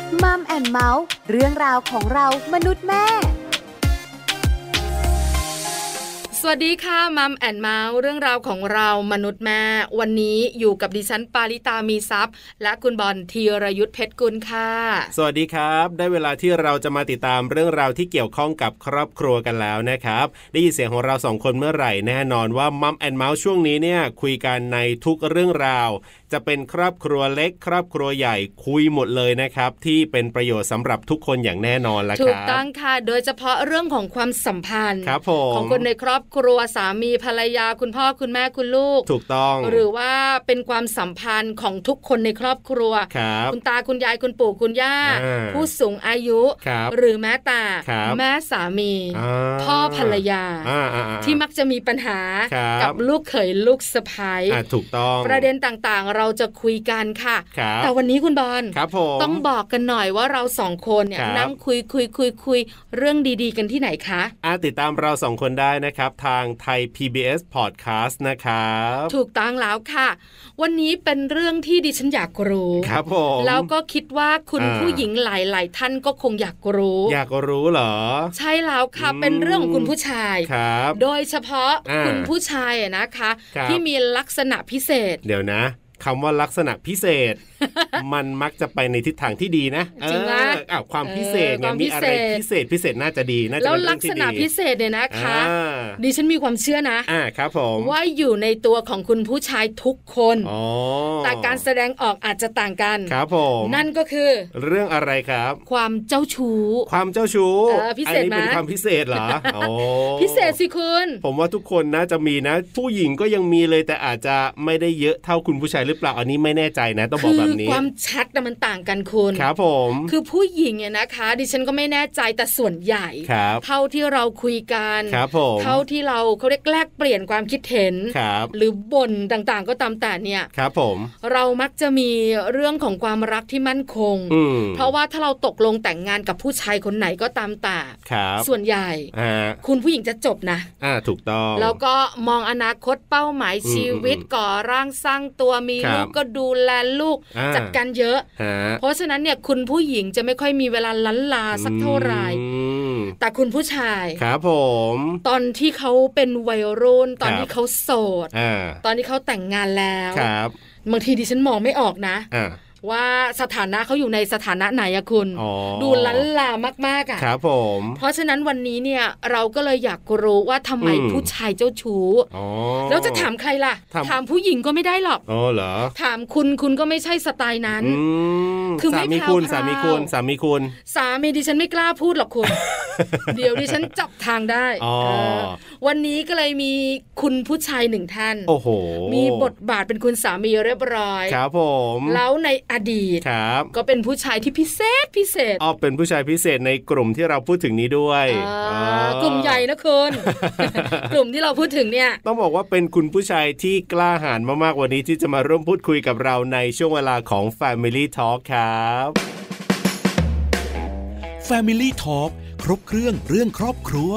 มัมแอนด์เมาส์เรื่องราวของเรามนุษย์แม่สวัสดีค่ะมัมแอนด์เมาส์เรื่องราวของเรามนุษย์แม่วันนี้อยู่กับดิฉันปาริตามีทรัพย์และคุณบอลธีรยุทธเพชรกุลค่ะสวัสดีครับได้เวลาที่เราจะมาติดตามเรื่องราวที่เกี่ยวข้องกับครอบครัวกันแล้วนะครับได้ยินเสียงของเราสองคนเมื่อไหร่แน่นอนว่ามัมแอนด์เมาส์ช่วงนี้เนี่ยคุยกันในทุกเรื่องราวจะเป็นครอบครัวเล็กครอบครัวใหญ่คุยหมดเลยนะครับที่เป็นประโยชน์สำหรับทุกคนอย่างแน่นอนละครับถูกต้องค่ะโดยเฉพาะเรื่องของความสัมพันธ์ของคนในครอบครัวสามีภรรยาคุณพ่อคุณแม่คุณลูกถูกต้องหรือว่าเป็นความสัมพันธ์ของทุกคนในครอบครัวคุณตาคุณยายคุณปู่คุณย่าผู้สูงอายุหรือแม้แต่แม่สามีพ่อภรรยาที่มักจะมีปัญหากับลูกเขยลูกสะใภ้ถูกต้องประเด็นต่างๆเราจะคุยกันค่ะแต่วันนี้คุณบอลต้องบอกกันหน่อยว่าเราสองคนเนี่ยนั่งคุยเรื่องดีๆกันที่ไหนคะติดตามเราสองคนได้นะครับทางไทย PBS Podcast นะครับถูกต้องแล้วค่ะวันนี้เป็นเรื่องที่ดิฉันอยากรู้ครับผมแล้วก็คิดว่าคุณผู้หญิงหลายๆท่านก็คงอยากรู้เหรอใช่แล้วค่ะเป็นเรื่องของคุณผู้ชายโดยเฉพาะคุณผู้ชายนะคะที่มีลักษณะพิเศษเดี๋ยวนะคำว่าลักษณะพิเศษ มันมักจะไปในทิศทางที่ดีนะจริงไหมความพิเศษเนี่ยมีอะไรพิเศษน่าจะดีน่าจะแล้วลักษณะพิเศษเนี่ยนะคะดิฉันมีความเชื่อนะครับผมว่าอยู่ในตัวของคุณผู้ชายทุกคนแต่การแสดงออกอาจจะต่างกันครับผมนั่นก็คือเรื่องอะไรครับความเจ้าชู้พิเศษไหมเป็นความพิเศษเหรอพิเศษสิคุณผมว่าทุกคนน่าจะมีนะผู้หญิงก็ยังมีเลยแต่อาจจะไม่ได้เยอะเท่าคุณผู้ชายหรือเปล่าอันนี้ไม่แน่ใจนะต้องบอกแบบนี้ความชัดมันต่างกันคุณครับผมคือผู้หญิงเนี่ยนะคะดิฉันก็ไม่แน่ใจแต่ส่วนใหญ่เท่าที่เราคุยกันเท่าที่เขาเรียกแลกเปลี่ยนความคิดเห็นหรือบ่นต่างๆก็ตามแต่เนี่ยครับผมเรามักจะมีเรื่องของความรักที่มั่นคงเพราะว่าถ้าเราตกลงแต่งงานกับผู้ชายคนไหนก็ตามแต่ส่วนใหญ่คุณผู้หญิงจะจบนะถูกต้องแล้วก็มองอนาคตเป้าหมายชีวิตก่อร่างสร้างตัวมีลูกก็ดูแลลูกจัดการเยอะเพราะฉะนั้นเนี่ยคุณผู้หญิงจะไม่ค่อยมีเวลาล้านลาสักเท่าไหร่แต่คุณผู้ชายครับผมตอนที่เขาเป็นวัยรุ่นตอนที่เขาโสดตอนที่เขาแต่งงานแล้วบางทีดิฉันมองไม่ออกนะว่าสถานะเขาอยู่ในสถานะไหนอะคุณดูล้านลามากๆอะครับผมเพราะฉะนั้นวันนี้เนี่ยเราก็เลยอยากรู้ว่าทำไมผู้ชายเจ้าชู้แล้วจะถามใครล่ะถามผู้หญิงก็ไม่ได้หรอกเหรอถามคุณก็ไม่ใช่สไตล์นั้นคือสามีคุณสามีดิฉันไม่กล้าพูดหรอกคุณ เดี๋ยวดิฉันจับทางได้วันนี้ก็เลยมีคุณผู้ชายหนึ่งท่านมีบทบาทเป็นคุณสามีเรียบร้อยครับผมแล้วในอดีตก็เป็นผู้ชายที่พิเศษเป็นผู้ชายพิเศษในกลุ่มที่เราพูดถึงนี้ด้วยกลุ่มใหญ่นะคุณ กลุ่มที่เราพูดถึงเนี่ยต้องบอกว่าเป็นคุณผู้ชายที่กล้าหาญมากๆวันนี้ที่จะมาร่วมพูดคุยกับเราในช่วงเวลาของ Family Talk ครับ Family Talk ครบเครื่องครอบครัว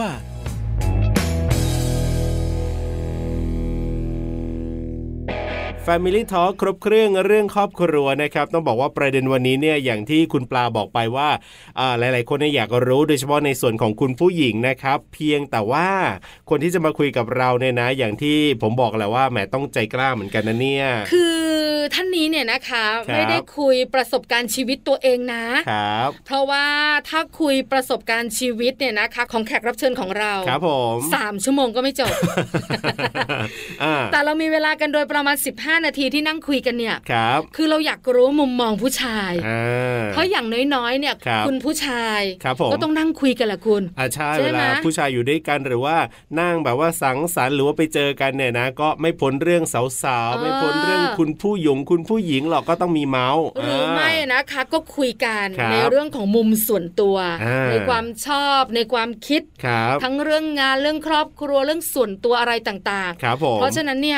Family Talk ครบเครื่องครอบครัวนะครับต้องบอกว่าประเด็นวันนี้เนี่ยอย่างที่คุณปลาบอกไปว่าหลายๆคนเนี่ยอยากรู้โดยเฉพาะในส่วนของคุณผู้หญิงนะครับเพียงแต่ว่าคนที่จะมาคุยกับเราเนี่ยนะอย่างที่ผมบอกแหละว่าแหมต้องใจกล้าเหมือนกันนะเนี่ยคือท่านนี้เนี่ยนะคะไม่ได้คุยประสบการณ์ชีวิตตัวเองนะครับเพราะว่าถ้าคุยประสบการณ์ชีวิตเนี่ยนะคะของแขกรับเชิญของเราครับผม 3 ชั่วโมงก็ไม่จบ แต่เรามีเวลากันโดยประมาณ15 นาทีที่นั่งคุยกันเนี่ยคือเราอยากรู้มุมมองผู้ชายเพราะอย่างน้อยๆเนี่ยคุณผู้ชายก็ต้องนั่งคุยกันแหละคุณใช่เวลาผู้ชายอยู่ด้วยกันหรือว่านั่งแบบว่าสังสรรค์หรือว่าไปเจอกันเนี่ยนะก็ไม่พ้นเรื่องสาวๆไม่พ้นเรื่องคุณผู้หญิงหรอกก็ต้องมีเมาส์หรือไม่นะคะก็คุยกันในเรื่องของมุมส่วนตัวในความชอบในความคิดทั้งเรื่องงานเรื่องครอบครัวเรื่องส่วนตัวอะไรต่างๆเพราะฉะนั้นเนี่ย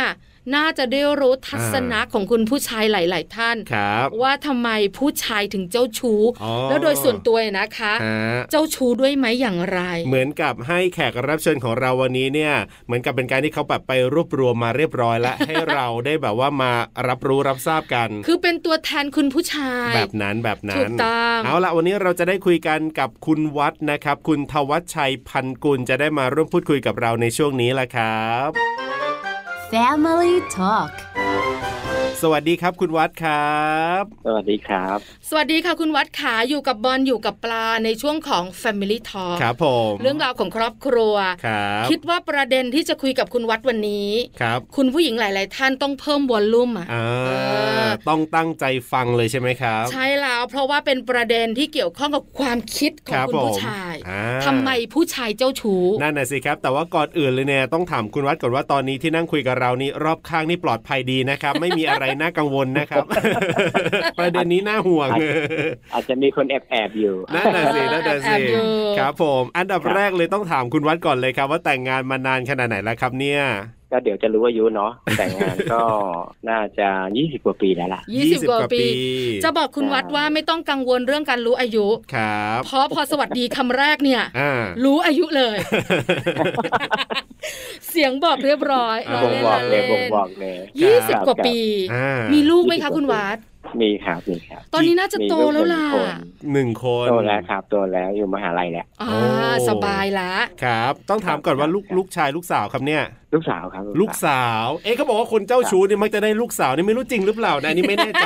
น่าจะได้รู้ทัศนะของคุณผู้ชายหลายๆท่านว่าทำไมผู้ชายถึงเจ้าชู้แล้วโดยส่วนตัวนะคะเจ้าชู้ด้วยไหมอย่างไรเหมือนกับให้แขกรับเชิญของเราวันนี้เนี่ยเหมือนกับเป็นการที่เขาแบบไปรวบรวมมาเรียบร้อยแล้ว ให้เราได้แบบว่ามารับรู้รับทราบกันคือเป็นตัวแทนคุณผู้ชายแบบนั้นถูกต้องเอาละวันนี้เราจะได้คุยกันกับคุณวัดนะครับคุณทวัชชัยพันกุลจะได้มาร่วมพูดคุยกับเราในช่วงนี้ละครับ Family Talk สวัสดีครับคุณวัดครับสวัสดีครับสวัสดีค่ะคุณวัดขาอยู่กับบอลอยู่กับปลาในช่วงของ Family Talk ครับผมเรื่องราวของครอบครัวคิดว่าประเด็นที่จะคุยกับคุณวัดวันนี้ครับคุณผู้หญิงหลายๆท่านต้องเพิ่มวอลลุ่มต้องตั้งใจฟังเลยใช่ไหมครับใช่แล้วเพราะว่าเป็นประเด็นที่เกี่ยวข้องกับความคิดของคุณผู้ชายทำไมผู้ชายเจ้าชู้นั่นน่ะสิครับแต่ว่าก่อนอื่นเลยเนี่ยต้องถามคุณวัดก่อนว่าตอนนี้ที่นั่งคุยกับเรานี่รอบข้างนี่ปลอดภัยดีนะครับไม่มีอะไรน่ากังวลนะครับ ประเด็นนี้น่าห่วงอาจจะมีคนแอบอยู่นั่นน่ะสิครับผมอันดับแรกเลยต้องถามคุณวัดก่อนเลยครับว่าแต่งงานมานานขนาดไหนแล้วครับเนี่ยก็เดี๋ยวจะรู้อายุเนาะแต่งงานก็น่าจะ20กว่าปีแล้วล่ะ 20กว่าปีจะบอกคุณวัดว่าไม่ต้องกังวลเรื่องการรู้อายุครับเพราะพอสวัสดีคำแรกเนี่ยรู้อายุเลย เสียงบอกเรียบร้อยบอกเลย 20กว่าปีมีลูกไหมคะคุณวัดมีครับตอนนี้น่าจะโตแล้วล่ะ 1 คนโตแล้วครับโตแล้วอยู่มหาลัยแล้วสบายละครับต้องถามก่อนว่าลูกชายลูกสาวครับเนี่ยลูกสาวครับลูกสาวเขาบอกว่าคนเจ้าชู้นี่มักจะได้ลูกสาวนี่ไม่รู้จริงหรือเปล่านะนี่ไม่แน่ใจ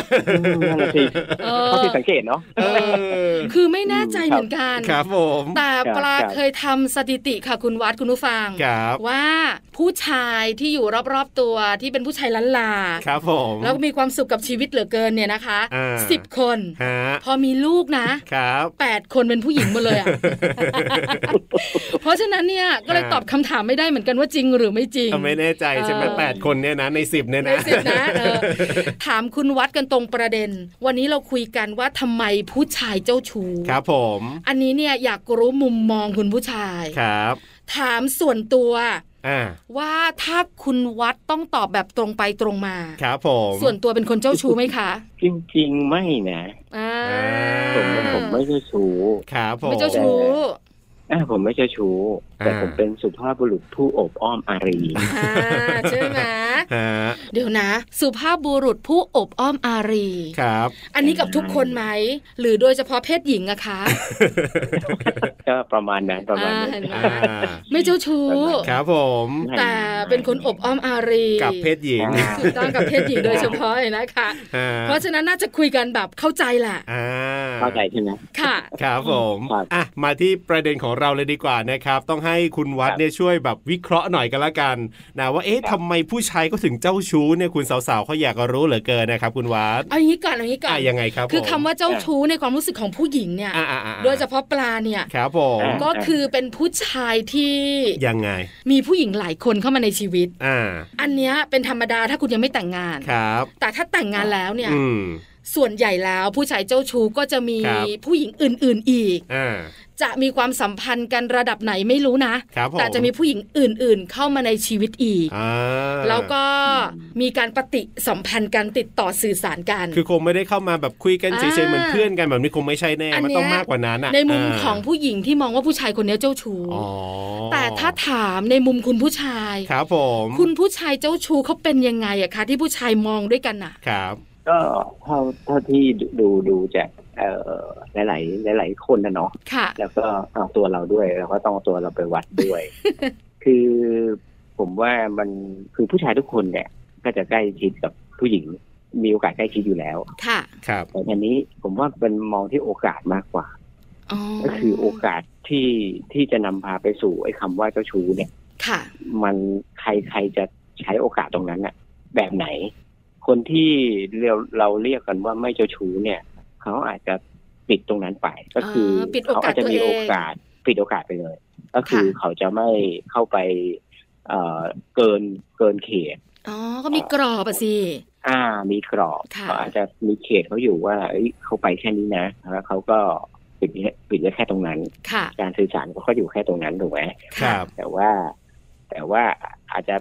เขาผิดสังเกตเนาะคือไม่แน่ใจเหมือนกันครับผมแต่ปลาเคยทำสถิติค่ะคุณวัดคุณผู้ฟังว่าผู้ชายที่อยู่รอบๆตัวที่เป็นผู้ชายล้านลาครับผมแล้วมีความสุขกับชีวิตเหลือเกินเนี่ยนะคะ10 คนพอมีลูกนะครับ8 คนเป็นผู้หญิงหมดเลยอ่ะ เพราะฉะนั้นเนี่ยก็เลยตอบคำถามไม่ได้เหมือนกันว่าจริงหรือไม่จริงไม่แน่ใจใช่ไหม8 คนเนี่ยนะใน10เนี่ยนะใน10นะถามคุณวัดกันตรงประเด็นวันนี้เราคุยกันว่าทำไมผู้ชายเจ้าชู้ครับผมอันนี้เนี่ยอยากรู้มุมมองคุณผู้ชายครับถามส่วนตัวว่าถ้าคุณวัดต้องตอบแบบตรงไปตรงมาครับผมส่วนตัวเป็นคนเจ้าชู้ไหมคะจริงๆไม่นะผมไม่เจ้าชู้ครับผมไม่เจ้าชู้ผมไม่เจ้าชู้แต่ผมเป็นสุภาพบุรุษผู้อบอ้อมอารีใช่ไหมเดี๋ยวนะสุภาพบุรุษผู้อบอ้อมอารีครับอันนี้กับทุกคนไหมหรือโดยเฉพาะเพศหญิงอะคะก็ประมาณนั้นไม่เจ้าชู้ครับผมแต่เป็นคนอบอ้อมอารีกับเพศหญิงถูกต้องกับเพศหญิงโดยเฉพาะเลยนะคะเพราะฉะนั้นน่าจะคุยกันแบบเข้าใจแหละเข้าใจใช่ไหมค่ะครับผมมาที่ประเด็นของเราเลยดีกว่านะครับต้องให้คุณวัดเนี่ยช่วยแบบวิเคราะห์หน่อยกันละกันนะว่าทำไมผู้ชายก็ถึงเจ้าชู้เนี่ยคุณสาวๆเขาอยากรู้เหลือเกินนะครับคุณวัดเอาอย่างนี้ก่อนยังไงครับคือคำว่าเจ้าชู้ในความรู้สึกของผู้หญิงเนี่ยโดยเฉพาะปลาเนี่ยครับผมก็คือเป็นผู้ชายที่ยังไงมีผู้หญิงหลายคนเข้ามาในชีวิตอันเนี้ยเป็นธรรมดาถ้าคุณยังไม่แต่งงานครับแต่ถ้าแต่งงานแล้วเนี่ยส่วนใหญ่แล้วผู้ชายเจ้าชู้ก็จะมีผู้หญิงอื่นๆอีกจะมีความสัมพันธ์กันระดับไหนไม่รู้นะแต่จะมีผู้หญิงอื่นๆเข้ามาในชีวิตอีกแล้วก็มีการปฏิสัมพันธ์กันติดต่อสื่อสารกันคือคงไม่ได้เข้ามาแบบคุยกันเฉยๆเหมือนเพื่อนกันแบบนี้คงไม่ใช่แน่มันต้องมากกว่านั้นในมุมของผู้หญิงที่มองว่าผู้ชายคนนี้เจ้าชู้แต่ถ้าถามในมุมคุณผู้ชายครับผมคุณผู้ชายเจ้าชู้เขาเป็นยังไงอะคะที่ผู้ชายมองด้วยกันน่ะครับก็เท่าที่ดูจากหลายคนนะเนาะแล้วก็เอาตัวเราด้วยแล้วก็ต้องเอาตัวเราไปวัดด้วย คือผมว่ามันคือผู้ชายทุกคนเนี่ยก็จะใกล้ชิดกับผู้หญิงมีโอกาสใกล้ชิดอยู่แล้วค่ะครับแต่ทีนี้ผมว่าเป็นมองที่โอกาสมากกว่าก็คือโอกาสที่จะนำพาไปสู่ไอ้คำว่าเจ้าชู้เนี่ยค่ะมันใครจะใช้โอกาสตรงนั้นน่ะแบบไหนคนที่เราเรียกกันว่าไม่เจ้าชู้เนี่ยเขาอาจจะปิดตรงนั้นไปก็คือเขาอาจจะมีโอกาสปิดโอกาสไปเลยก็คือเขาจะไม่เข้าไปเกินเขตก็มีกรอบสิมีกรอบเขาอาจจะมีเขตเขาอยู่ว่าเขาไปแค่นี้นะแล้วเขาก็ปิดไว้แค่ตรงนั้นการสื่อสารเขาก็อยู่แค่ตรงนั้นถูกไหมครับแต่ว่าอาจจะ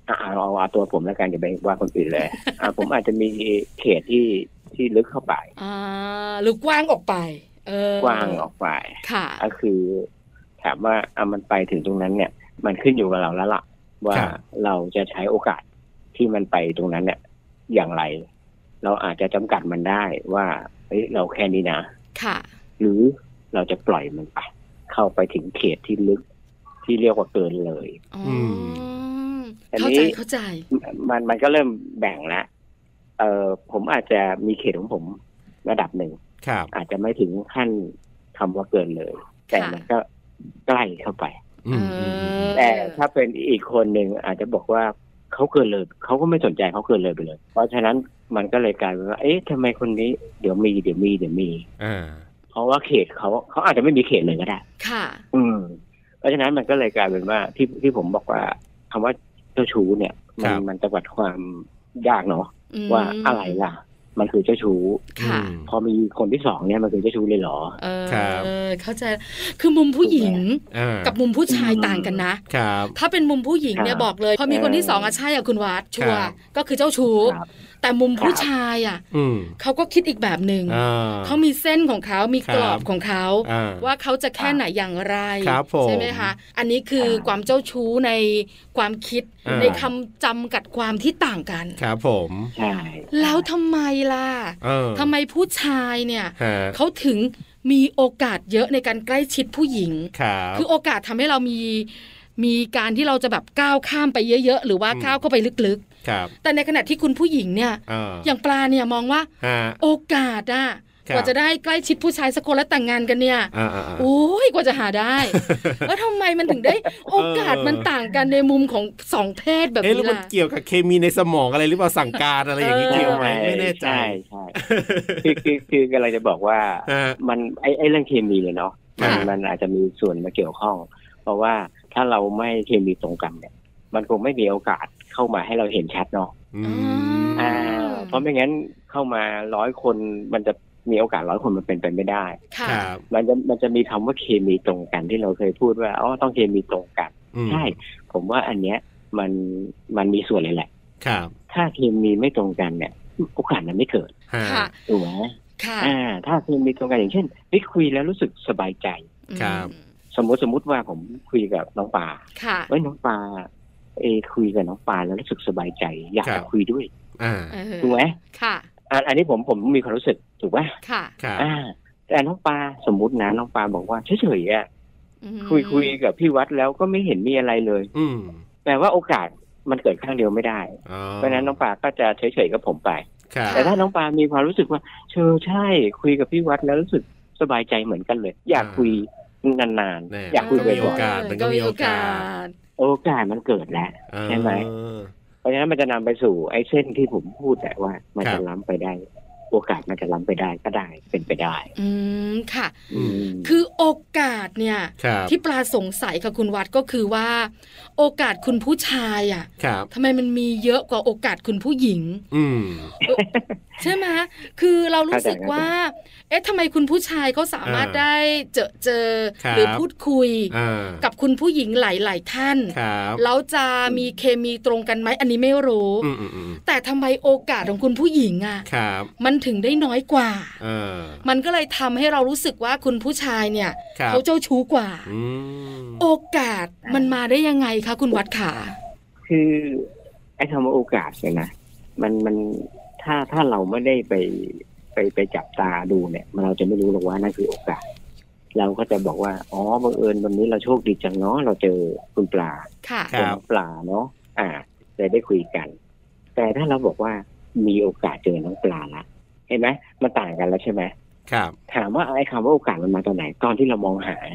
เอาตัวผมแล้วกันอย่าไปว่าคนอื่นเลย ผมอาจจะมีเขตที่ลึกเข้าไปหรือกว้างออกไปกว้างออกไปค่ะก็คือถามว่ามันไปถึงตรงนั้นเนี่ยมันขึ้นอยู่กับเราแล้วล่ะว่าเราจะใช้โอกาสที่มันไปตรงนั้นเนี่ยอย่างไรเราอาจจะจำกัดมันได้ว่าเราแค่นี้นะค่ะหรือเราจะปล่อยมันไปเข้าไปถึงเขตที่ลึกที่เรียกว่าเกินเลยเข้าใจมันก็เริ่มแบ่งแล้วผมอาจจะมีเขตของผมระดับหนึ่งอาจจะไม่ถึงขั้นคำว่าเกินเลยแต่มันก็ใกล้เข้าไปแต่ถ้าเป็นอีกคนหนึ่งอาจจะบอกว่าเขาเกินเลยเขาก็ไม่สนใจเขาเกินเลยไปเลยเพราะฉะนั้นมันก็เลยกลายเป็นว่าทำไมคนนี้เดี๋ยวมีเพราะว่าเขตเขาอาจจะไม่มีเขตเลยก็ได้ค่ะเพราะฉะนั้นมันก็เลยกลายเป็นว่าที่ผมบอกว่าคำว่าเจ้าชู้เนี่ยมันจะวัดความยากเนาะว่าอะไรล่ะมันคือเจ้าชู้พอมีคนที่สองเนี่ยมันคือเจ้าชู้เลยเหรอเข้าใจคือมุมผู้หญิงกับมุมผู้ชายต่างกันนะถ้าเป็นมุมผู้หญิงเนี่ยบอกเลยพอมีคนที่สองใช่คุณวัดชัวร์ก็คือเจ้าชู้แต่มุมผู้ชายเขาก็คิดอีกแบบหนึ่งเขามีเส้นของเขามีกรอบของเขาว่าเขาจะแค่ไหนอย่างไรใช่ไหมคะอันนี้คือความเจ้าชู้ในความคิดในคำจำกัดความที่ต่างกันครับผมใช่แล้วทำไมล่ะทำไมผู้ชายเนี่ยเขาถึงมีโอกาสเยอะในการใกล้ชิดผู้หญิงคือโอกาสทำให้เรามีการที่เราจะแบบก้าวข้ามไปเยอะๆหรือว่าก้าวเข้าไปลึกๆแต่ในขณะที่คุณผู้หญิงเนี่ยอย่างปลาเนี่ยมองว่าโอกาสกว่าจะได้ใกล้ชิดผู้ชายสักคนแล้วแต่งงานกันเนี่ยโอ้ยกว่าจะหาได้แล้วทำไมมันถึงได้โอกาสมันต่างกันในมุมของสองเพศแบบนี้ล่ะมันเกี่ยวกับเคมีในสมองอะไรหรือเปล่าสั่งการอะไรอย่างนี้เกี่ยวไหมไม่แน่ใจใช่คือกำลังจะบอกว่ามันไอ้เรื่องเคมีเลยเนาะมันอาจจะมีส่วนมาเกี่ยวข้องเพราะว่าถ้าเราไม่เคมีตรงกันเนี่ยมันคงไม่มีโอกาสเข้ามาให้เราเห็นชัดเนาะเพราะไม่งั้นเข้ามา100 คนมันจะมีโอกาส100 คนมันเป็นไปไม่ได้มันจะมีคำว่าเคมีตรงกันที่เราเคยพูดว่าต้องเคมีตรงกันใช่ผมว่าอันเนี้ยมันมีส่วนเลยแหละถ้าเคมีไม่ตรงกันเนี่ยโอกาสมันไม่เกิดถูกไหมถ้าเคมีตรงกันอย่างเช่นคุยแล้วรู้สึกสบายใจสมมติว่าผมคุยกับน้องปาว่าน้องปาคุยกับน้องปาแล้วรู้สึกสบายใจอยากจะคุยด้วยถูกไหมอันนี้ผมมีความรู้สึกถูกไหมแต่น้องปาสมมุตินะน้องปาบอกว่าเฉยๆคุยกับพี่วัดแล้วก็ไม่เห็นมีอะไรเลยแปลว่าโอกาสมันเกิดข้างเดียวไม่ได้เพราะฉะนั้นน้องปาก็จะเฉยๆกับผมไปแต่ถ้าน้องปามีความรู้สึกว่าใช่คุยกับพี่วัดแล้วรู้สึกสบายใจเหมือนกันเลยอยากคุยนานๆอยากคุยบ่อยๆมันก็มีโอกาสมันเกิดแล้วใช่ไหมเพราะฉะนั้นมันจะนำไปสู่ไอ้เส้นที่ผมพูดแต่ว่ามันจะล้ำไปได้โอกาสมันจะล้ำไปได้ก็ได้เป็นไปได้ค่ะคือโอกาสเนี่ยที่ปลาสงสัยกับคุณวัดก็คือว่าโอกาสคุณผู้ชายทำไมมันมีเยอะกว่าโอกาสคุณผู้หญิงใช่ไหมคือเรารู้สึกว่าทำไมคุณผู้ชายเขาสามารถได้เจอหรือพูดคุยกับคุณผู้หญิงหลายๆท่านแล้วจะมีเคมีตรงกันไหมอันนี้ไม่รู้แต่ทำไมโอกาสของคุณผู้หญิงมันถึงได้น้อยกว่ามันก็เลยทำให้เรารู้สึกว่าคุณผู้ชายเนี่ยเขาเจ้าชู้กว่าโอกาสมันมาได้ยังไงคะคุณวัดขาคือไอ้คำว่าโอกาสเนี่ยนะมันถ้าเราไม่ได้ไปจับตาดูเนี่ยเราจะไม่รู้หรอกว่านั่นคือโอกาสเราก็จะบอกว่าบังเอิญวันนี้เราโชคดีจังเนาะเราเจอคุณปลาคุณปลาเนาะเลยได้คุยกันแต่ถ้าเราบอกว่ามีโอกาสเจอน้องปลาละเห็นไหมมันต่างกันแล้วใช่ไหมครับถามว่าไอ้คำว่าโอกาสมันมาตอนไหนตอนที่เรามองหา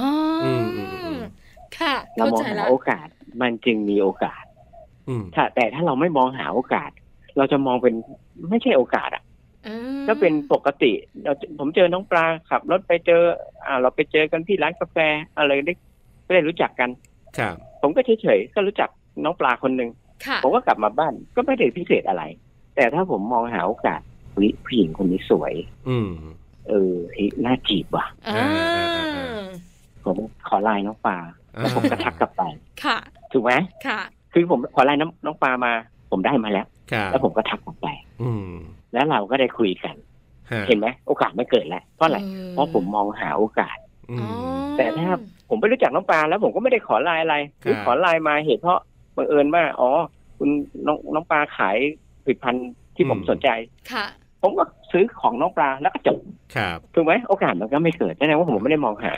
ค่ะเรามองหาโอกาสมันจึงมีโอกาสแต่ถ้าเราไม่มองหาโอกาสเราจะมองเป็นไม่ใช่โอกาสก็เป็นปกติผมเจอน้องปลาขับรถไปเจอเราไปเจอกันที่ร้านกาแฟอะไรได้รู้จักกันผมก็เฉยๆก็รู้จักน้องปลาคนนึงผมก็กลับมาบ้านก็ไม่ได้พิเศษอะไรแต่ถ้าผมมองหาโอกาสผู้หญิงคนนี้สวยน่าจีบว่ะผมขอไลน์น้องปลาแล้วผมก็ทักกลับไปถูกไหมคือผมขอไลน์น้องปลามาผมได้มาแล้วแล้วผมก็ทักออกไปแล้วเราก็ได้คุยกันเห็นไหมโอกาสไม่เกิดแล้วเพราะอะไรเพราะผมมองหาโอกาสแต่ถ้าผมไม่รู้จักน้องปลาแล้วผมก็ไม่ได้ขอไลน์อะไรหรือขอไลน์มาเหตุเพราะบังเอิญว่าอ๋อคุณน้องปลาขายผลิตภัณฑ์ที่ผมสนใจผมก็ซื้อของน้องปลาแล้วก็จบถูกไหมโอกาสมันก็ไม่เกิดแสดงว่าผมไม่ได้มองหา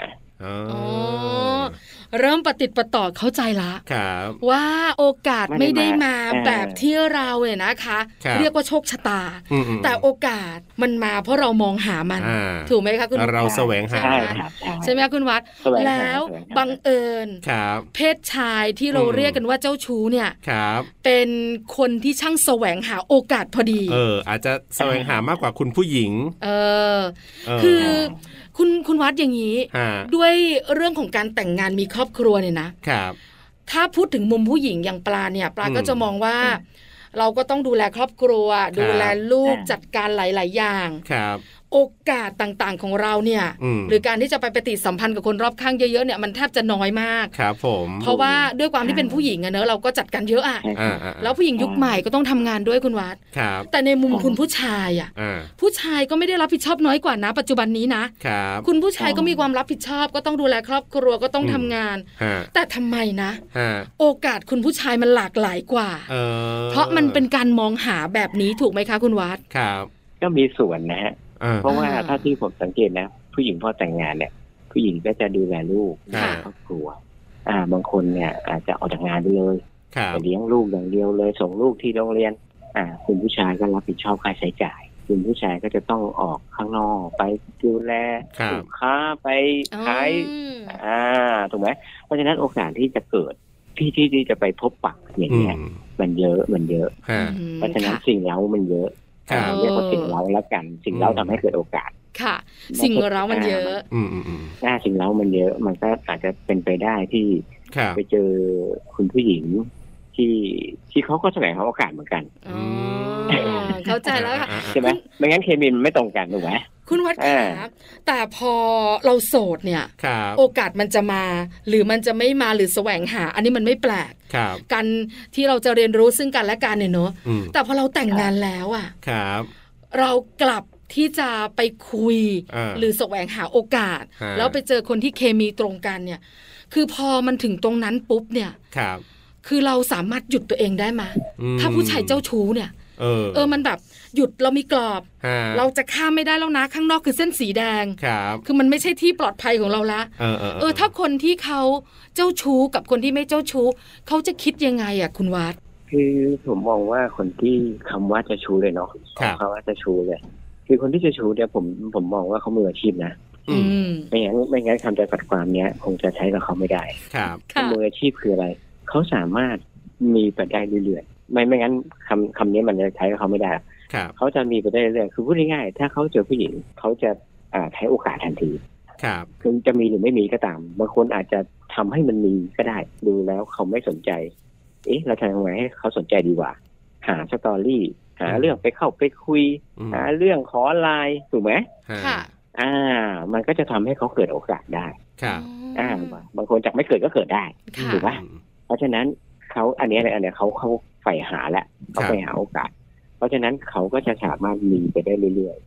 เริ่มปฏิติดประต่อเข้าใจละว่าโอกาสไม่ได้มาแบบที่เราเนี่ยนะคะเรียกว่าโชคชะตาแต่โอกาสมันมาเพราะเรามองหามันถูกไหมคะคุณเราแสวงหาใช่ไหมคุณวัดแล้วบังเอิญเพศชายที่เราเรียกกันว่าเจ้าชู้เนี่ยเป็นคนที่ช่างแสวงหาโอกาสพอดีอาจจะแสวงหามากกว่าคุณผู้หญิงคือคุณวัดอย่างนี้ด้วยเรื่องของการแต่งงานมีครอบครัวเนี่ยนะครับถ้าพูดถึงมุมผู้หญิงอย่างปลาเนี่ยปลาก็จะมองว่าเราก็ต้องดูแลครอบครัวดูแลลูกจัดการหลายๆอย่างโอกาสต่างๆของเราเนี่ยหรือการที่จะไปปฏิสัมพันธ์กับคนรอบข้างเยอะๆเนี่ยมันแทบจะน้อยมากครับผมเพราะว่าด้วยความที่เป็นผู้หญิงอะเนอะเราก็จัดการเยอะอะแล้วผู้หญิงยุคใหม่ก็ต้องทำงานด้วยคุณวัดแต่ในมุมคุณผู้ชายอะผู้ชายก็ไม่ได้รับผิดชอบน้อยกว่านะปัจจุบันนี้นะคุณผู้ชายก็มีความรับผิดชอบก็ต้องดูแลครอบครัวก็ต้องทำงานแต่ทำไมนะโอกาสคุณผู้ชายมันหลากหลายกว่าเพราะมันเป็นการมองหาแบบนี้ถูกไหมคะคุณวัดครับก็มีส่วนนะฮะเพราะว่าถ้าที่ผมสังเกตนะผู้หญิงพอแต่งงานเนี่ยผู้หญิงก็จะดูแลลูกครอบครัวบางคนเนี่ยอาจจะออกจากงานไปเลยไปเลี้ยงลูกอย่างเดียวเลยส่งลูกที่โรงเรียนคุณผู้ชายก็รับผิดชอบค่าใช้จ่ายคุณผู้ชายก็จะต้องออกข้างนอกไปดูแลลูกค้าไปขายถูกไหมเพราะฉะนั้นโอกาสที่จะเกิดที่จะไปพบปะอย่างเงี้ยมันเยอะเพราะฉะนั้นสิ่งเร้ามันเยอะเรียกว่าสิ่งเร้าแล้วกันสิ่งเร้าทำให้เกิดโอกาสค่ะสิ่งเร้ามันเยอะสิ่งเร้ามันเยอะมันก็อาจจะเป็นไปได้ที่ไปเจอคุณผู้หญิงที่เขาก็แสวงหาโอกาสเหมือนกันเข้าใจแล้วค่ะใช่ไหมไม่งั้นเคมีมันไม่ตรงกันถูกไหมคุณวัดคะแต่พอเราโสดเนี่ยโอกาสมันจะมาหรือมันจะไม่มาหรือแสวงหาอันนี้มันไม่แปลกกันที่เราจะเรียนรู้ซึ่งกันและกันเนี่ยเนอะแต่พอเราแต่งงานแล้วอ่ะเรากลับที่จะไปคุยหรือแสวงหาโอกาสแล้วไปเจอคนที่เคมีตรงกันเนี่ยคือพอมันถึงตรงนั้นปุ๊บเนี่ยคือเราสามารถหยุดตัวเองได้มาถ้าผู้ชายเจ้าชู้เนี่ยมันแบบหยุดเรามีกรอบเราจะข้ามไม่ได้แล้วนะข้างนอกคือเส้นสีแดงคือมันไม่ใช่ที่ปลอดภัยของเราละถ้าคนที่เขาเจ้าชู้กับคนที่ไม่เจ้าชู้เขาจะคิดยังไงอ่ะคุณวัดคือผมมองว่าคนที่คำว่าเจ้าชู้เลยเนาะคำว่าเจ้าชู้เลยคือคนที่เจ้าชู้เนี่ยผมมองว่าเขามืออาชีพนะไม่งั้นคำจำกัดความเนี้ยคงจะใช้กับเขาไม่ได้มืออาชีพคืออะไรเขาสามารถมีไปได้เรื่อยๆไม่งั้นคำนี้มันจะใช้กับเขาไม่ได้เขาจะมีไปได้เรื่อยๆคือพูดง่ายๆถ้าเขาเจอผู้หญิงเขาจะใช้โอกาสทันทีคือจะมีหรือไม่มีก็ตามบางคนอาจจะทำให้มันมีก็ได้ดูแล้วเขาไม่สนใจเราทำยังไงให้เขาสนใจดีกว่าหาสตอรี่หาเรื่องไปเข้าไปคุยหาเรื่องขอไลน์ถูกไหมมันก็จะทำให้เขาเกิดโอกาสได้บางคนจากไม่เกิดก็เกิดได้ถูกไหมเพราะฉะนั้นเขาอันนี้เขาใฝ่หาแล้วเขาไปหาโอกาสเพราะฉะนั้นเขาก็จะสามารถมีไปได้เรื่อย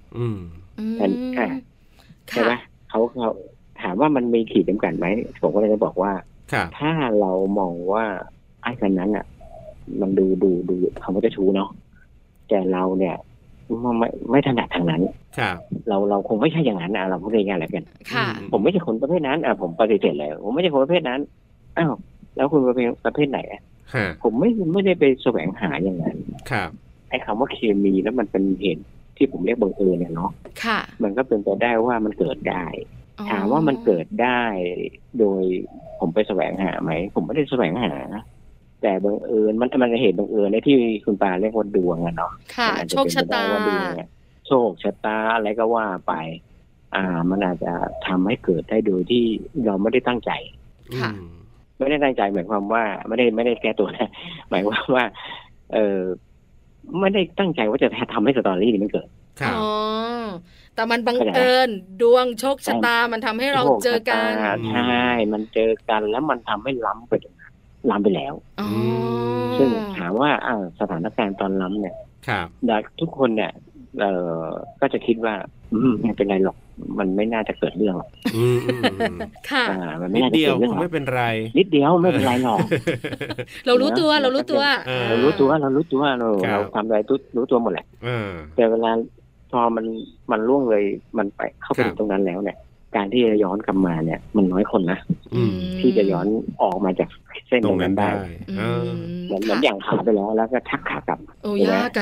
ๆใช่ไหมเขาถามว่ามันมีขีดจำกัดไหมผมก็เลยจะบอกว่าถ้าเรามองว่าไอ้คนนั้นอ่ะมันดูเขาไม่จะชู้เนาะแต่เราเนี่ยไม่ถนัดทางนั้นเราคงไม่ใช่อย่างนั้นเราพูดง่ายๆแล้วกันผมไม่ใช่คนประเภทนั้นผมปฏิเสธเลยผมไม่ใช่คนประเภทนั้นอ้าวแล้วคุณประเภทไหนผมไม่ได้ไปแสวงหาอย่างนั้นไอ้คำว่าเคมีแล้วมันเป็นเหตุที่ผมเรียกบังเอิญเนี่ยเนาะมันก็เป็นไปได้ว่ามันเกิดได้ถามว่ามันเกิดได้โดยผมไปแสวงหาไหมผมไม่ได้แสวงหาแต่บังเอิญมันเหตุบังเอิญในที่คุณปาเรียกว่าดวงอะเนาะโชคชะตาโชคชะตาอะไรก็ว่าไปมันอาจจะทำให้เกิดได้โดยที่เราไม่ได้ตั้งใจไม่ได้ตั้งใจหมายความว่าไม่ได้แก้ตัวนะหมายความว่าไม่ได้ตั้งใจว่าจะทำให้สตอรี่นี้มันเกิดแต่มันบังเอิญดวงโชคชะตามันทำให้เราเจอกันใช่มันเจอกันแล้วมันทำให้ล้ำไปตรงนั้นล้ำไปแล้วซึ่งถามว่าสถานการณ์ตอนล้ำเนี่ยทุกคนเนี่ยก็จะคิดว่าไม่เป็นไรหรอกมันไม่น่าจะเกิดเรื่องหรอกค่ะมันไม่น่าจะเกิดเรื่องไม่เป็นไรนิดเดียวไม่เป็นไรหรอกเรารู้ตัวเราทำอะไรรู้ตัวหมดแหละแต่เวลาพอมันล่วงเลยมันไปเข้าไปถึงตรงนั้นแล้วเนี่ยการที่จะย้อนกลับมาเนี่ยมันน้อยคนนะที่จะย้อนออกมาจากเส้นตรงนั้นได้เหมือนอย่างขาไปแล้วก็ทักขากลับยาก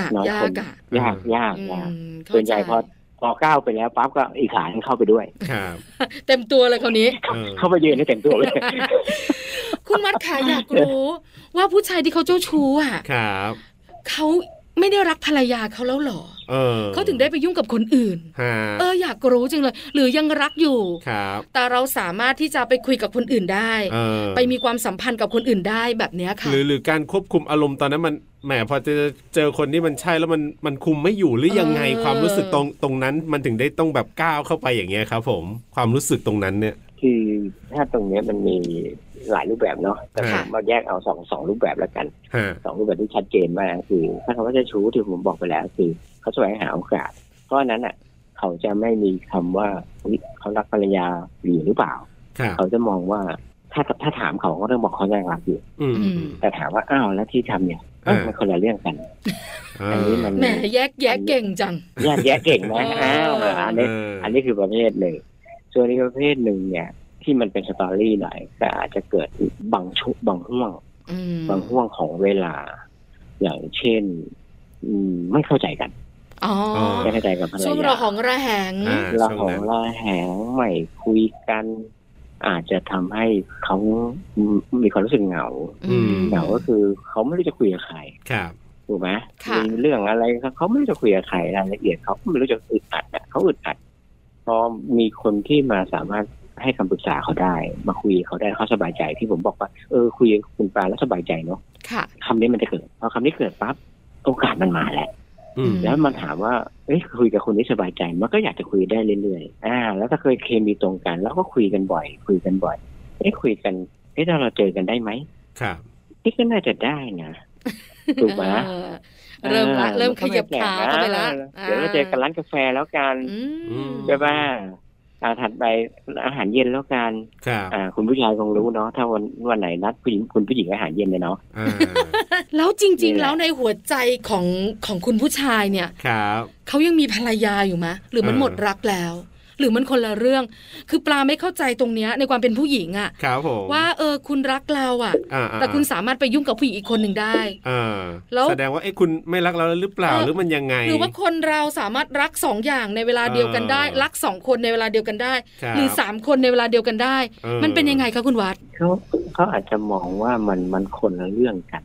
ส่วนใหญ่พอก้าวไปแล้วปั๊บก็อีกขาเข้าไปด้วยเต็มตัวเลยคราวนี้เข้าไปยืนให้เต็มตัวเลยคุณมัดขาอยากรู้ว่าผู้ชายที่เขาเจ้าชู้อ่ะเขาไม่ได้รักภรรยาเขาแล้วหรอเขาถึงได้ไปยุ่งกับคนอื่นอยากรู้จริงเลยหรือยังรักอยู่แต่เราสามารถที่จะไปคุยกับคนอื่นได้ไปมีความสัมพันธ์กับคนอื่นได้แบบนี้ค่ะหรือการควบคุมอารมณ์ตอนนั้นมันแหมพอจะเจอคนที่มันใช่แล้วมันคุมไม่อยู่หรือยังไงความรู้สึกตรงนั้นมันถึงได้ต้องแบบก้าวเข้าไปอย่างเงี้ยครับผมความรู้สึกตรงนั้นเนี่ยคือถ้าตรงนี้มันมีหลายรูปแบบเนาะแต่มาแยกเอาสองรูปแบบแล้วกัน2รูปแบบที่ชัดเจนมากคือถ้าเขาว่าจะชู้ที่ผมบอกไปแล้วคือเขาแสวงหาโอกาสเพราะนั้นอ่ะเขาจะไม่มีคำว่าเขารักภรรยาอยู่หรือเปล่าเขาจะมองว่าถ้าถามเขาก็ต้องบอกเขายังรักอยู่แต่ถามว่าอ้าวแล้วที่ทำเนี่ยมันคนละเรื่องกันอันนี้มันแหมแยกเก่งจังแยกเก่งนะอันนี้คือประเภทหนึ่งส่วนอีกประเภทหนึ่งเนี่ยที่มันเป็นสตอรี่หน่อยก็อาจจะเกิดบางห่วงของเวลาอย่างเช่นไม่เข้าใจกันไม่เข้าใจกับภรรยาช่วงเราของระแหงไม่คุยกันอาจจะทำให้เขามีความรู้สึกเหงาก็คือเขาไม่รู้จะคุยกับใครถูกไหมมีเรื่องอะไรเขาไม่รู้จะคุยกับใครรายละเอียดเขาไม่รู้จะอึดอัดเขาอึดอัดพอมีคนที่มาสามารถให้คำปรึกษาเขาได้มาคุยเขาได้เขาสบายใจที่ผมบอกว่าคุยกับคุณปาแล้วสบายใจเนาะคำนี้มันจะเกิดพอคำนี้เกิดปั๊บโอกาสมันมาแหละแล้วมันถามว่าคุยกับคนนี้สบายใจมันก็อยากจะคุยได้เรื่อยๆแล้วถ้าเคยเคมีตรงกันแล้วก็คุยกันบ่อยคุยกันถ้าเราเจอกันได้ไหมนี่ก็น่าจะได้นะถูกไหมเริ่มขยับขาเข้าไปแล้วเดี๋ยวเราเจอกันร้านกาแฟแล้วกันใช่ป่ะถัดไปอาหารเย็นแล้วกันคุณผู้ชายคงรู้เนาะถ้าวันไหนนัดคุณผู้หญิงอาหารเย็นเลยเนาะแล้วจริงๆแล้วในหัวใจของคุณผู้ชายเนี่ยเขายังมีภรรยาอยู่ไหมหรือมันหมดรักแล้วหรือมันคนละเรื่องคือปลาไม่เข้าใจตรงเนี้ยในความเป็นผู้หญิงอ่ะว่าคุณรักเราอ่ะแต่คุณสามารถไปยุ่งกับผู้หญิงอีกคนหนึ่งได้แล้วแสดงว่าคุณไม่รักเราหรือเปล่าหรือมันยังไงหรือว่าคนเราสามารถรัก2อย่างในเวลาเดียวกันได้รัก2คนในเวลาเดียวกันได้หรือ3คนในเวลาเดียวกันได้มันเป็นยังไงคะคุณวัดเขาอาจจะมองว่ามันคนละเรื่องกัน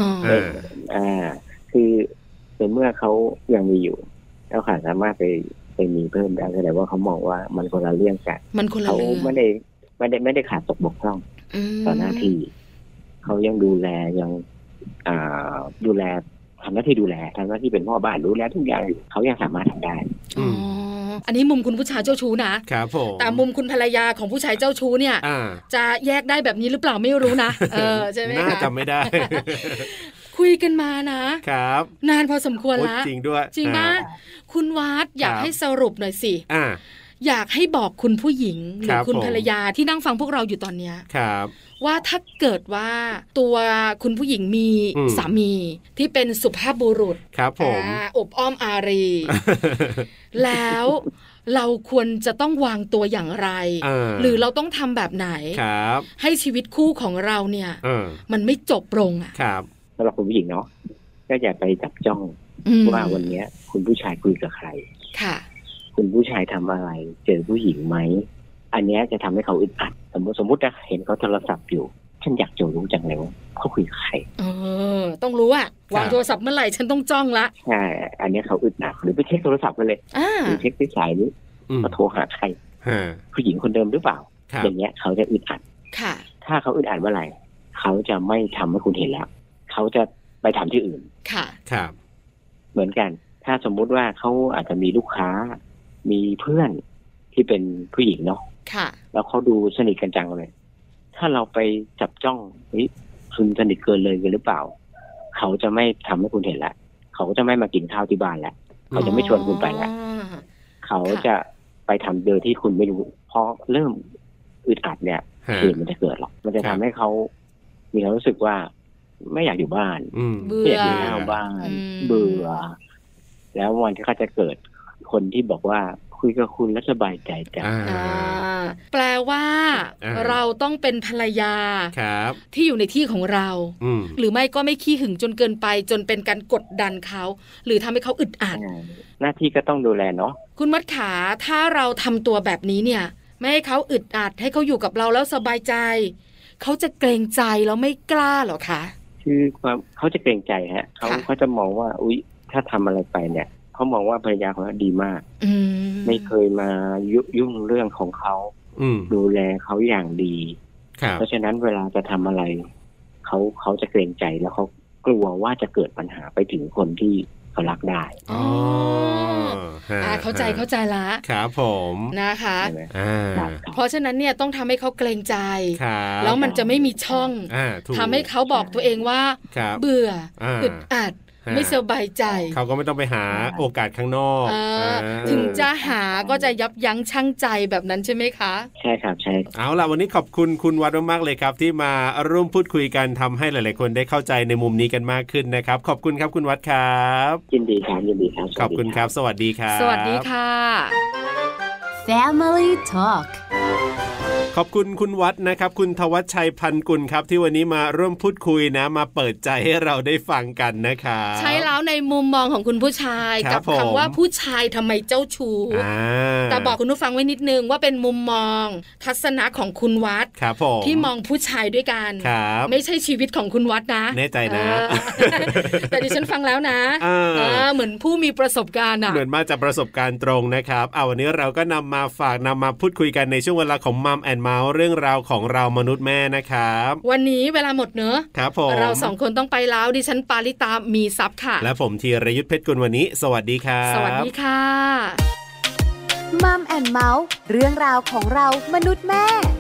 คือในเมื่อเขายังมีอยู่แล้วขาดสามารถไปมีเพิ่มได้แสดงว่าเขามองว่ามันคนละเรื่องกันเขาไม่ได้ขาดตกบกพร่องต่อหน้าที่เขายังดูแลยังดูแลทำหน้าที่ดูแลทำหน้าที่เป็นพ่อบ้านดูแลทุกอย่างเขายังสามารถทำได้อันนี้มุมคุณผู้ชายเจ้าชู้นะครับแต่มุมคุณภรรยาของผู้ชายเจ้าชู้เนี่ยจะแยกได้แบบนี้หรือเปล่าไม่รู้นะใช่ไหมคะน่าจะไม่ได้คุยกันมานะครับนานพอสมควรแล้วจริงด้วยจริงป่ะคุณวัดอยากให้สรุปหน่อยสิอยากให้บอกคุณผู้หญิงหรือคุณภรรยาที่นั่งฟังพวกเราอยู่ตอนเนี้ยว่าถ้าเกิดว่าตัวคุณผู้หญิงมีสามีที่เป็นสุภาพบุรุษครับผมอบอ้อมอารี แล้วเราควรจะต้องวางตัวอย่างไรหรือเราต้องทำแบบไหนให้ชีวิตคู่ของเราเนี่ยมันไม่จบลงอ่ะสำหรับคุณผู้หญิงเนาะก็อย่าไปจับจ้องว่าวันนี้คุณผู้ชายคุยกับใครคุณผู้ชายทำอะไรเจอผู้หญิงไหมอันนี้จะทำให้เขาอึดอัดสมมตินะเห็นเขาโทรศัพท์อยู่ฉันอยากจะรู้จังเลยว่าเขาคุยกับใครต้องรู้อะวางโทรศัพท์เมื่อไหร่ฉันต้องจ้องละใช่อันนี้เขาอึดอัดหรือไปเช็คโทรศัพท์กันเลยหรือเช็คที่สายนี้มาโทรหาใครผู้หญิงคนเดิมหรือเปล่าอย่างเงี้ยเขาจะอึดอัดถ้าเขาอึดอัดเมื่อไหร่เขาจะไม่ทำให้คุณเห็นแล้วเขาจะไปทำที่อื่นครับเหมือนกันถ้าสมมุติว่าเขาอาจจะมีลูกค้ามีเพื่อนที่เป็นผู้หญิงเนาะแล้วเขาดูสนิทกันจังเลยถ้าเราไปจับจ้องคุณสนิทเกินเลยหรือเปล่าเขาจะไม่ทำให้คุณเห็นละเขาจะไม่มากินข้าวที่บ้านแล้วเขาจะไม่ชวนคุณไปแล้วเขาจะไปทำโดยที่คุณไม่รู้พอเริ่มอึดอัดเนี่ยเหตุมันจะเกิดหรอกมันจะทำให้เขามีความรู้สึกว่าไม่อยากอยู่บ้านไม่อยากอยู่หน้าบ้านเบื่อแล้ววันที่เขาจะเกิดคนที่บอกว่าคุยกับคุณแล้วสบายใจจังแปลว่าเราต้องเป็นภรรยาที่อยู่ในที่ของเราหรือไม่ก็ไม่ขี้หึงจนเกินไปจนเป็นการกดดันเขาหรือทำให้เขาอึดอัดหน้าที่ก็ต้องดูแลเนาะคุณมัดขาถ้าเราทำตัวแบบนี้เนี่ยไม่ให้เขาอึดอัดให้เขาอยู่กับเราแล้วสบายใจเขาจะเกรงใจแล้วไม่กล้าหรอคะคือความเขาจะเกรงใจฮะเขาจะมองว่าอุ๊ยถ้าทำอะไรไปเนี่ยเขามองว่าภรรยาของเขาดีมากไม่เคยมายุ่งเรื่องของเขาดูแลเขาอย่างดีเพราะฉะนั้นเวลาจะทำอะไรเขาจะเกรงใจแล้วเขากลัวว่าจะเกิดปัญหาไปถึงคนที่เขารักได้เข้าใจละครับผมนะคะเพราะฉะนั้นเนี่ยต้องทำให้เขาเกรงใจแล้วมันจะไม่มีช่องทำให้เขาบอกตัวเองว่าเบื่ออึดอัดไม่สบายใจเขาก็ไม่ต้องไปหาโอกาสข้างนอกถึงจะหาก็จะยับยั้งชั่งใจแบบนั้นใช่ไหมคะใช่ครับใช่เอาล่ะวันนี้ขอบคุณคุณวัดมากๆเลยครับที่มาร่วมพูดคุยกันทำให้หลายๆคนได้เข้าใจในมุมนี้กันมากขึ้นนะครับขอบคุณครับคุณวัดครับยินดีครับขอบคุณครับสวัสดีครับสวัสดีค่ะ Family Talk ขอบคุณคุณวัดนะครับคุณทวัชชัยพันกุลครับที่วันนี้มาร่วมพูดคุยนะมาเปิดใจให้เราได้ฟังกันนะครับใช่แล้วในมุมมองของคุณผู้ชายกับคำว่าผู้ชายทำไมเจ้าชู้แต่บอกคุณผู้ฟังไว้นิดนึงว่าเป็นมุมมองทัศนะของคุณวัดที่มองผู้ชายด้วยกันไม่ใช่ชีวิตของคุณวัดนะแน่ใจนะแต่ดิฉันฟังแล้วนะเหมือนผู้มีประสบการณ์เหมือนมาจากประสบการณ์ตรงนะครับวันนี้เราก็นำมาฝากนำมาพูดคุยกันในช่วงเวลาของมัมแอนเมาส์เรื่องราวของเรามนุษย์แม่นะครับวันนี้เวลาหมดเนอะครับผมเราสองคนต้องไปแล้วดิฉันปาริตามีทรัพย์ค่ะและผมธีรยุทธเพชรกุลวันนี้สวัสดีครับสวัสดีค่ะมัมแอนเมาส์เรื่องราวของเรามนุษย์แม่